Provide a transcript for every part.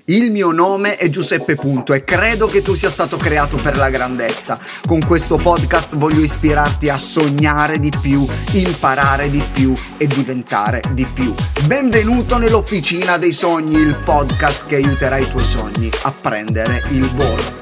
Il mio nome è Giuseppe Punto e credo che tu sia stato creato per la grandezza. Con questo podcast voglio ispirarti a sognare di più, imparare di più e diventare di più. Benvenuto nell'Officina dei Sogni, il podcast che aiuterà i tuoi sogni a prendere il volo.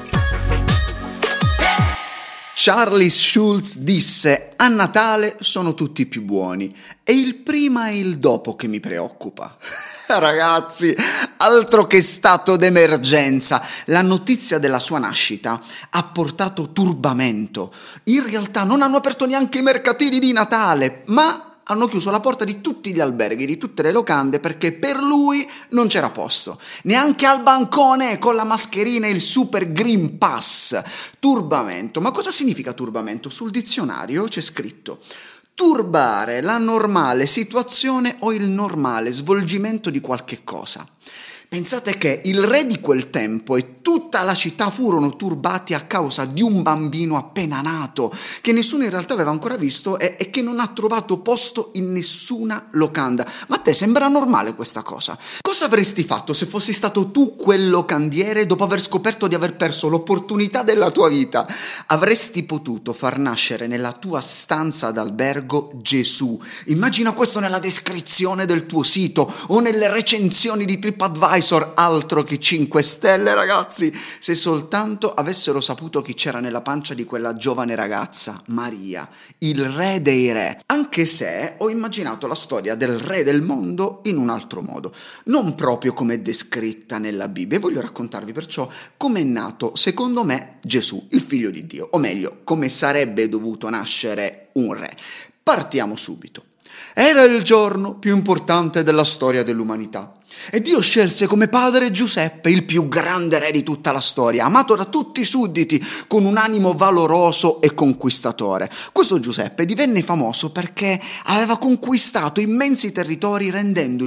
Charles Schulz disse: a Natale sono tutti più buoni, è il prima e il dopo che mi preoccupa. Ragazzi, altro che stato d'emergenza. La notizia della sua nascita ha portato turbamento. In realtà non hanno aperto neanche i mercatini di Natale, ma hanno chiuso la porta di tutti gli alberghi, di tutte le locande, perché per lui non c'era posto. Neanche al bancone con la mascherina e il super green pass. Turbamento. Ma cosa significa turbamento? Sul dizionario c'è scritto: turbare la normale situazione o il normale svolgimento di qualche cosa. Pensate che il re di quel tempo e tutta la città furono turbati a causa di un bambino appena nato, che nessuno in realtà aveva ancora visto e che non ha trovato posto in nessuna locanda. Ma a te sembra normale questa cosa? Cosa avresti fatto se fossi stato tu quel locandiere dopo aver scoperto di aver perso l'opportunità della tua vita? Avresti potuto far nascere nella tua stanza d'albergo Gesù. Immagina questo nella descrizione del tuo sito o nelle recensioni di TripAdvisor. Altro che 5 stelle, ragazzi. Se soltanto avessero saputo chi c'era nella pancia di quella giovane ragazza, Maria, il re dei re. Anche se ho immaginato la storia del re del mondo in un altro modo, non proprio come è descritta nella Bibbia. E voglio raccontarvi perciò come è nato, secondo me, Gesù, il figlio di Dio, o meglio, come sarebbe dovuto nascere un re. Partiamo subito. Era il giorno più importante della storia dell'umanità. E Dio scelse come padre Giuseppe, il più grande re di tutta la storia, amato da tutti i sudditi, con un animo valoroso e conquistatore. Questo Giuseppe divenne famoso perché aveva conquistato immensi territori, rendendo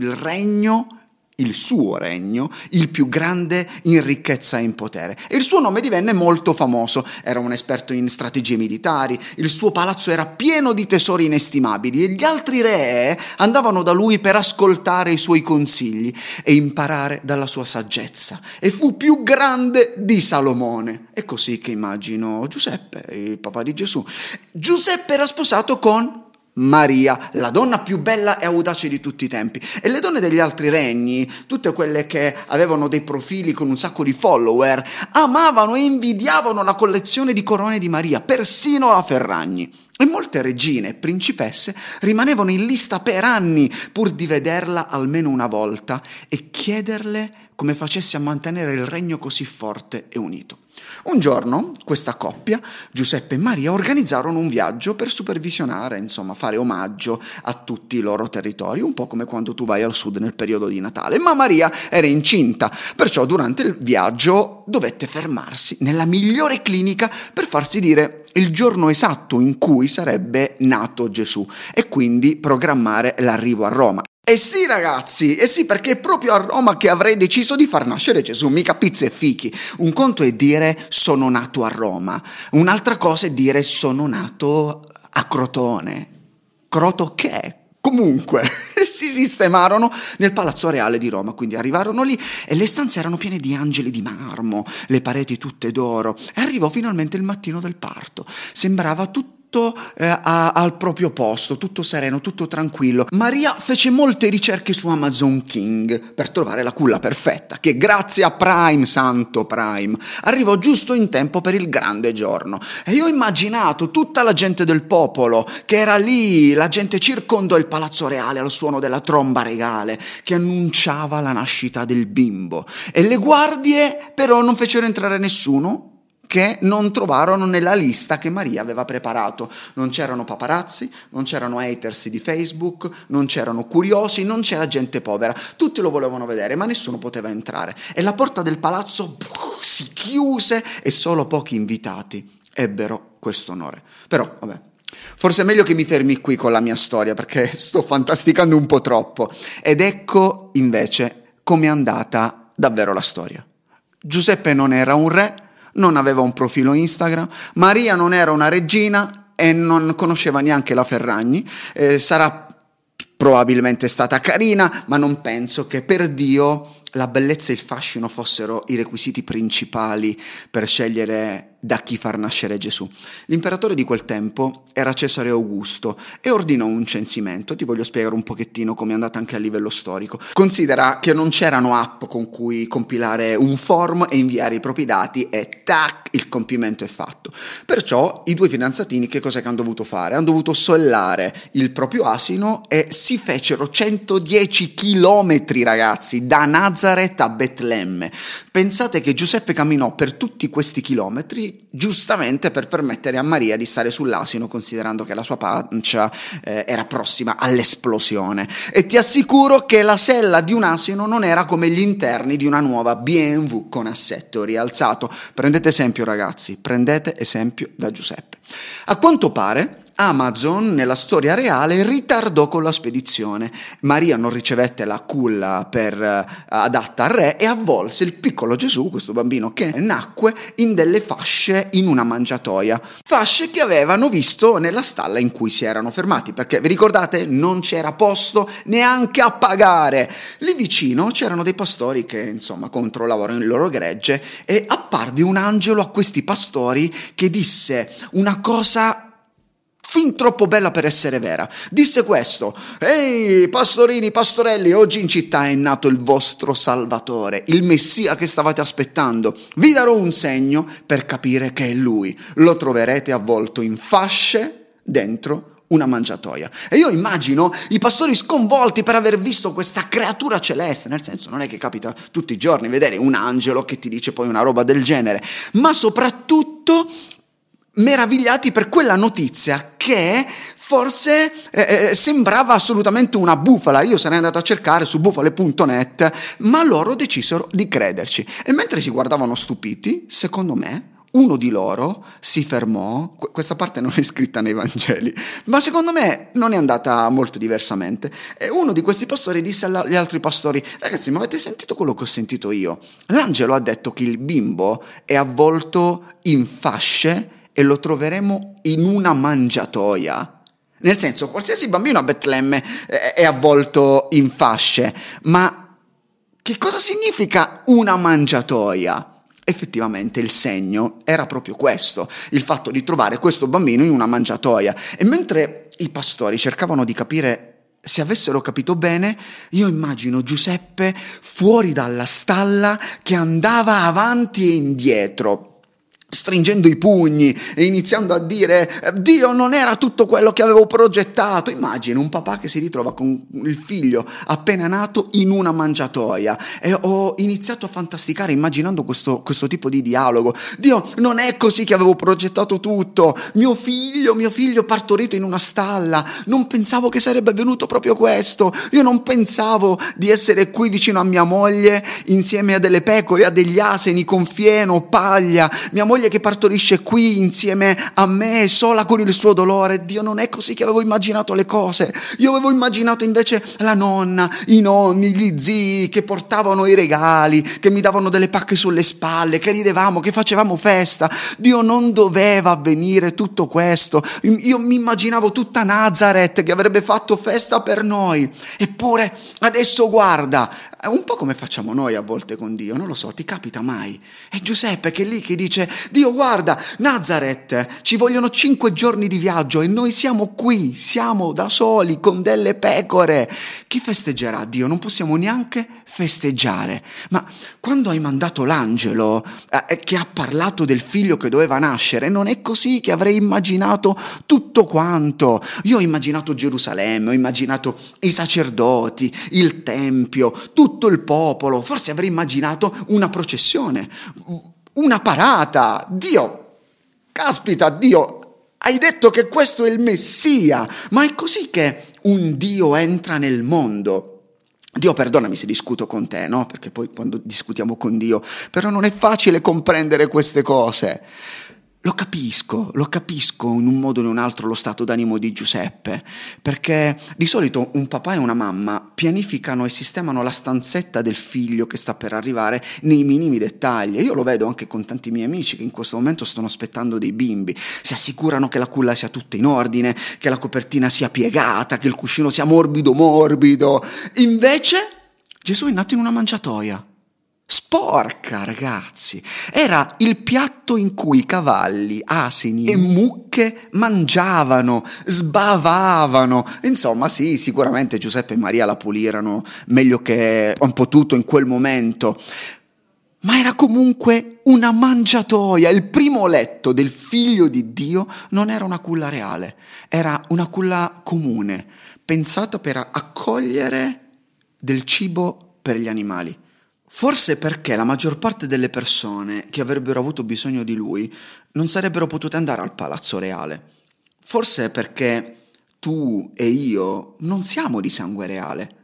il suo regno, il più grande in ricchezza e in potere. E il suo nome divenne molto famoso. Era un esperto in strategie militari, il suo palazzo era pieno di tesori inestimabili e gli altri re andavano da lui per ascoltare i suoi consigli e imparare dalla sua saggezza. E fu più grande di Salomone. È così che immagino Giuseppe, il papà di Gesù. Giuseppe era sposato con Maria, la donna più bella e audace di tutti i tempi. E le donne degli altri regni, tutte quelle che avevano dei profili con un sacco di follower, amavano e invidiavano la collezione di corone di Maria, persino la Ferragni. E molte regine e principesse rimanevano in lista per anni pur di vederla almeno una volta e chiederle come facesse a mantenere il regno così forte e unito. Un giorno questa coppia, Giuseppe e Maria, organizzarono un viaggio per supervisionare, fare omaggio a tutti i loro territori, un po' come quando tu vai al sud nel periodo di Natale. Ma Maria era incinta, perciò durante il viaggio dovette fermarsi nella migliore clinica per farsi dire il giorno esatto in cui sarebbe nato Gesù e quindi programmare l'arrivo a Roma. Eh sì ragazzi, perché è proprio a Roma che avrei deciso di far nascere Gesù, mica pizze e fichi. Un conto è dire sono nato a Roma, un'altra cosa è dire sono nato a Crotone. Croto che? Comunque, si sistemarono nel Palazzo Reale di Roma, quindi arrivarono lì e le stanze erano piene di angeli di marmo, le pareti tutte d'oro. E arrivò finalmente il mattino del parto, sembrava tutto al proprio posto, tutto sereno, tutto tranquillo. Maria fece molte ricerche su Amazon King per trovare la culla perfetta, che grazie a Prime, santo Prime, arrivò giusto in tempo per il grande giorno. E io ho immaginato tutta la gente del popolo che era lì, la gente circondò il Palazzo Reale al suono della tromba regale che annunciava la nascita del bimbo. E le guardie però non fecero entrare nessuno che non trovarono nella lista che Maria aveva preparato. Non c'erano paparazzi, non c'erano haters di Facebook, non c'erano curiosi, non c'era gente povera. Tutti lo volevano vedere, ma nessuno poteva entrare. E la porta del palazzo si chiuse e solo pochi invitati ebbero questo onore. Però, vabbè, forse è meglio che mi fermi qui con la mia storia, perché sto fantasticando un po' troppo. Ed ecco, invece, com'è andata davvero la storia. Giuseppe non era un re, non aveva un profilo Instagram, Maria non era una regina e non conosceva neanche la Ferragni. Sarà probabilmente stata carina, ma non penso che per Dio la bellezza e il fascino fossero i requisiti principali per scegliere da chi far nascere Gesù. L'imperatore di quel tempo era Cesare Augusto e ordinò un censimento. Ti voglio spiegare un pochettino come è andata anche a livello storico. Considera che non c'erano app con cui compilare un form e inviare i propri dati e tac, il compimento è fatto. Perciò i due fidanzatini che cos'è che hanno dovuto fare? Hanno dovuto sollare il proprio asino e si fecero 110 chilometri, ragazzi, da Nazareth a Betlemme. Pensate che Giuseppe camminò per tutti questi chilometri giustamente per permettere a Maria di stare sull'asino, considerando che la sua pancia era prossima all'esplosione. E ti assicuro che la sella di un asino non era come gli interni di una nuova BMW con assetto rialzato. Prendete esempio, ragazzi, prendete esempio da Giuseppe. A quanto pare Amazon nella storia reale ritardò con la spedizione. Maria non ricevette la culla adatta al re e avvolse il piccolo Gesù, questo bambino che nacque, in delle fasce in una mangiatoia. Fasce che avevano visto nella stalla in cui si erano fermati, perché vi ricordate non c'era posto neanche a pagare. Lì vicino c'erano dei pastori che insomma controllavano il loro gregge e apparve un angelo a questi pastori che disse una cosa fin troppo bella per essere vera. Disse questo: ehi pastorini, pastorelli, oggi in città è nato il vostro salvatore, il messia che stavate aspettando. Vi darò un segno per capire che è lui. Lo troverete avvolto in fasce dentro una mangiatoia. E io immagino i pastori sconvolti per aver visto questa creatura celeste, nel senso non è che capita tutti i giorni vedere un angelo che ti dice poi una roba del genere, ma soprattutto meravigliati per quella notizia che forse sembrava assolutamente una bufala. Io sarei andato a cercare su bufale.net, ma loro decisero di crederci. E mentre si guardavano stupiti, secondo me, uno di loro si fermò. Questa parte non è scritta nei Vangeli, ma secondo me non è andata molto diversamente. E uno di questi pastori disse agli altri pastori: ragazzi, ma avete sentito quello che ho sentito io? L'angelo ha detto che il bimbo è avvolto in fasce e lo troveremo in una mangiatoia. Nel senso, qualsiasi bambino a Betlemme è avvolto in fasce, ma che cosa significa una mangiatoia? Effettivamente il segno era proprio questo, il fatto di trovare questo bambino in una mangiatoia. E mentre i pastori cercavano di capire se avessero capito bene, io immagino Giuseppe fuori dalla stalla che andava avanti e indietro, stringendo i pugni e iniziando a dire: Dio, non era tutto quello che avevo progettato. Immagino un papà che si ritrova con il figlio appena nato in una mangiatoia, e ho iniziato a fantasticare immaginando questo tipo di dialogo. Dio, non è così che avevo progettato tutto. Mio figlio partorito in una stalla, non pensavo che sarebbe venuto proprio questo. Io non pensavo di essere qui vicino a mia moglie insieme a delle pecore, a degli asini con fieno, paglia, mia moglie che partorisce qui insieme a me, sola con il suo dolore. Dio, non è così che avevo immaginato le cose. Io avevo immaginato invece la nonna, i nonni, gli zii che portavano i regali, che mi davano delle pacche sulle spalle, che ridevamo, che facevamo festa. Dio, non doveva avvenire tutto questo. Io mi immaginavo tutta Nazareth che avrebbe fatto festa per noi. Eppure adesso guarda, è un po' come facciamo noi a volte con Dio, non lo so, ti capita mai? È Giuseppe che è lì che dice: Dio, guarda, Nazareth, ci vogliono 5 giorni di viaggio e noi siamo qui, siamo da soli con delle pecore. Chi festeggerà Dio? Non possiamo neanche festeggiare. Ma quando hai mandato l'angelo che ha parlato del figlio che doveva nascere, non è così che avrei immaginato tutto quanto. Io ho immaginato Gerusalemme, ho immaginato i sacerdoti, il tempio, tutto il popolo. Forse avrei immaginato una processione, una parata. Dio, caspita, Dio, hai detto che questo è il Messia, ma è così che un Dio entra nel mondo. Dio, perdonami se discuto con te, no? Perché poi quando discutiamo con Dio, però non è facile comprendere queste cose. Lo capisco in un modo o in un altro lo stato d'animo di Giuseppe, perché di solito un papà e una mamma pianificano e sistemano la stanzetta del figlio che sta per arrivare nei minimi dettagli. Io lo vedo anche con tanti miei amici che in questo momento stanno aspettando dei bimbi, si assicurano che la culla sia tutta in ordine, che la copertina sia piegata, che il cuscino sia morbido. Invece Gesù è nato in una mangiatoia. Sporca, ragazzi. Era il piatto in cui cavalli, asini e mucche mangiavano, sbavavano. Insomma, sì, sicuramente Giuseppe e Maria la pulirono meglio che hanno potuto in quel momento. Ma era comunque una mangiatoia. Il primo letto del figlio di Dio non era una culla reale, era una culla comune, pensata per accogliere del cibo per gli animali. Forse perché la maggior parte delle persone che avrebbero avuto bisogno di lui non sarebbero potute andare al palazzo reale. Forse perché tu e io non siamo di sangue reale.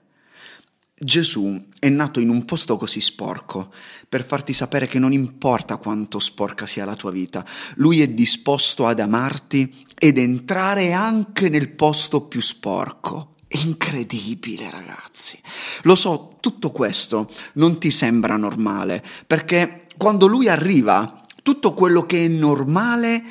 Gesù è nato in un posto così sporco per farti sapere che non importa quanto sporca sia la tua vita, lui è disposto ad amarti ed entrare anche nel posto più sporco. È incredibile, ragazzi. Lo so, tutto questo non ti sembra normale, perché quando lui arriva, tutto quello che è normale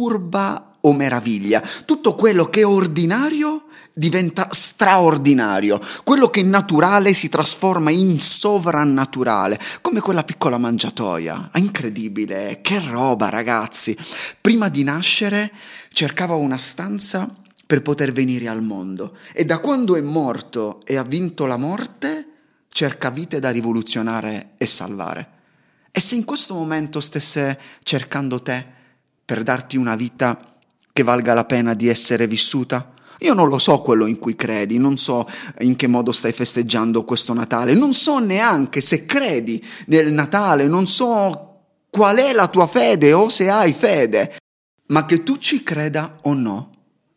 turba o meraviglia, tutto quello che è ordinario diventa straordinario, quello che è naturale si trasforma in sovrannaturale, come quella piccola mangiatoia. È incredibile, che roba, ragazzi. Prima di nascere cercava una stanza per poter venire al mondo e da quando è morto e ha vinto la morte cerca vite da rivoluzionare e salvare. E se in questo momento stesse cercando te per darti una vita che valga la pena di essere vissuta? Io non lo so quello in cui credi, non so in che modo stai festeggiando questo Natale, non so neanche se credi nel Natale, non so qual è la tua fede o se hai fede, ma che tu ci creda o no,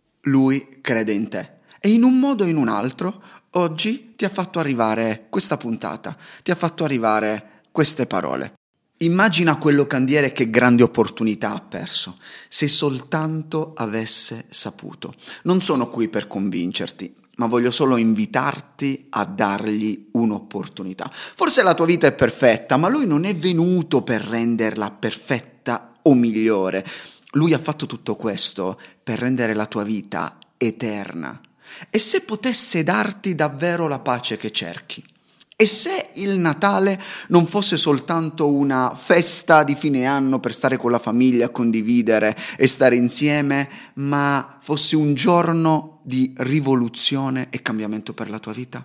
lui crede in te. E in un modo o in un altro, oggi ti ha fatto arrivare questa puntata, ti ha fatto arrivare queste parole. Immagina quello candiere che grande opportunità ha perso, se soltanto avesse saputo. Non sono qui per convincerti, ma voglio solo invitarti a dargli un'opportunità. Forse la tua vita è perfetta, ma lui non è venuto per renderla perfetta o migliore. Lui ha fatto tutto questo per rendere la tua vita eterna. E se potesse darti davvero la pace che cerchi? E se il Natale non fosse soltanto una festa di fine anno per stare con la famiglia, condividere e stare insieme, ma fosse un giorno di rivoluzione e cambiamento per la tua vita?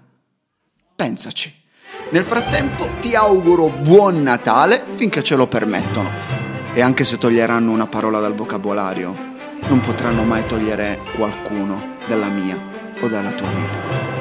Pensaci. Nel frattempo ti auguro buon Natale finché ce lo permettono. E anche se toglieranno una parola dal vocabolario, non potranno mai togliere qualcuno dalla mia o dalla tua vita.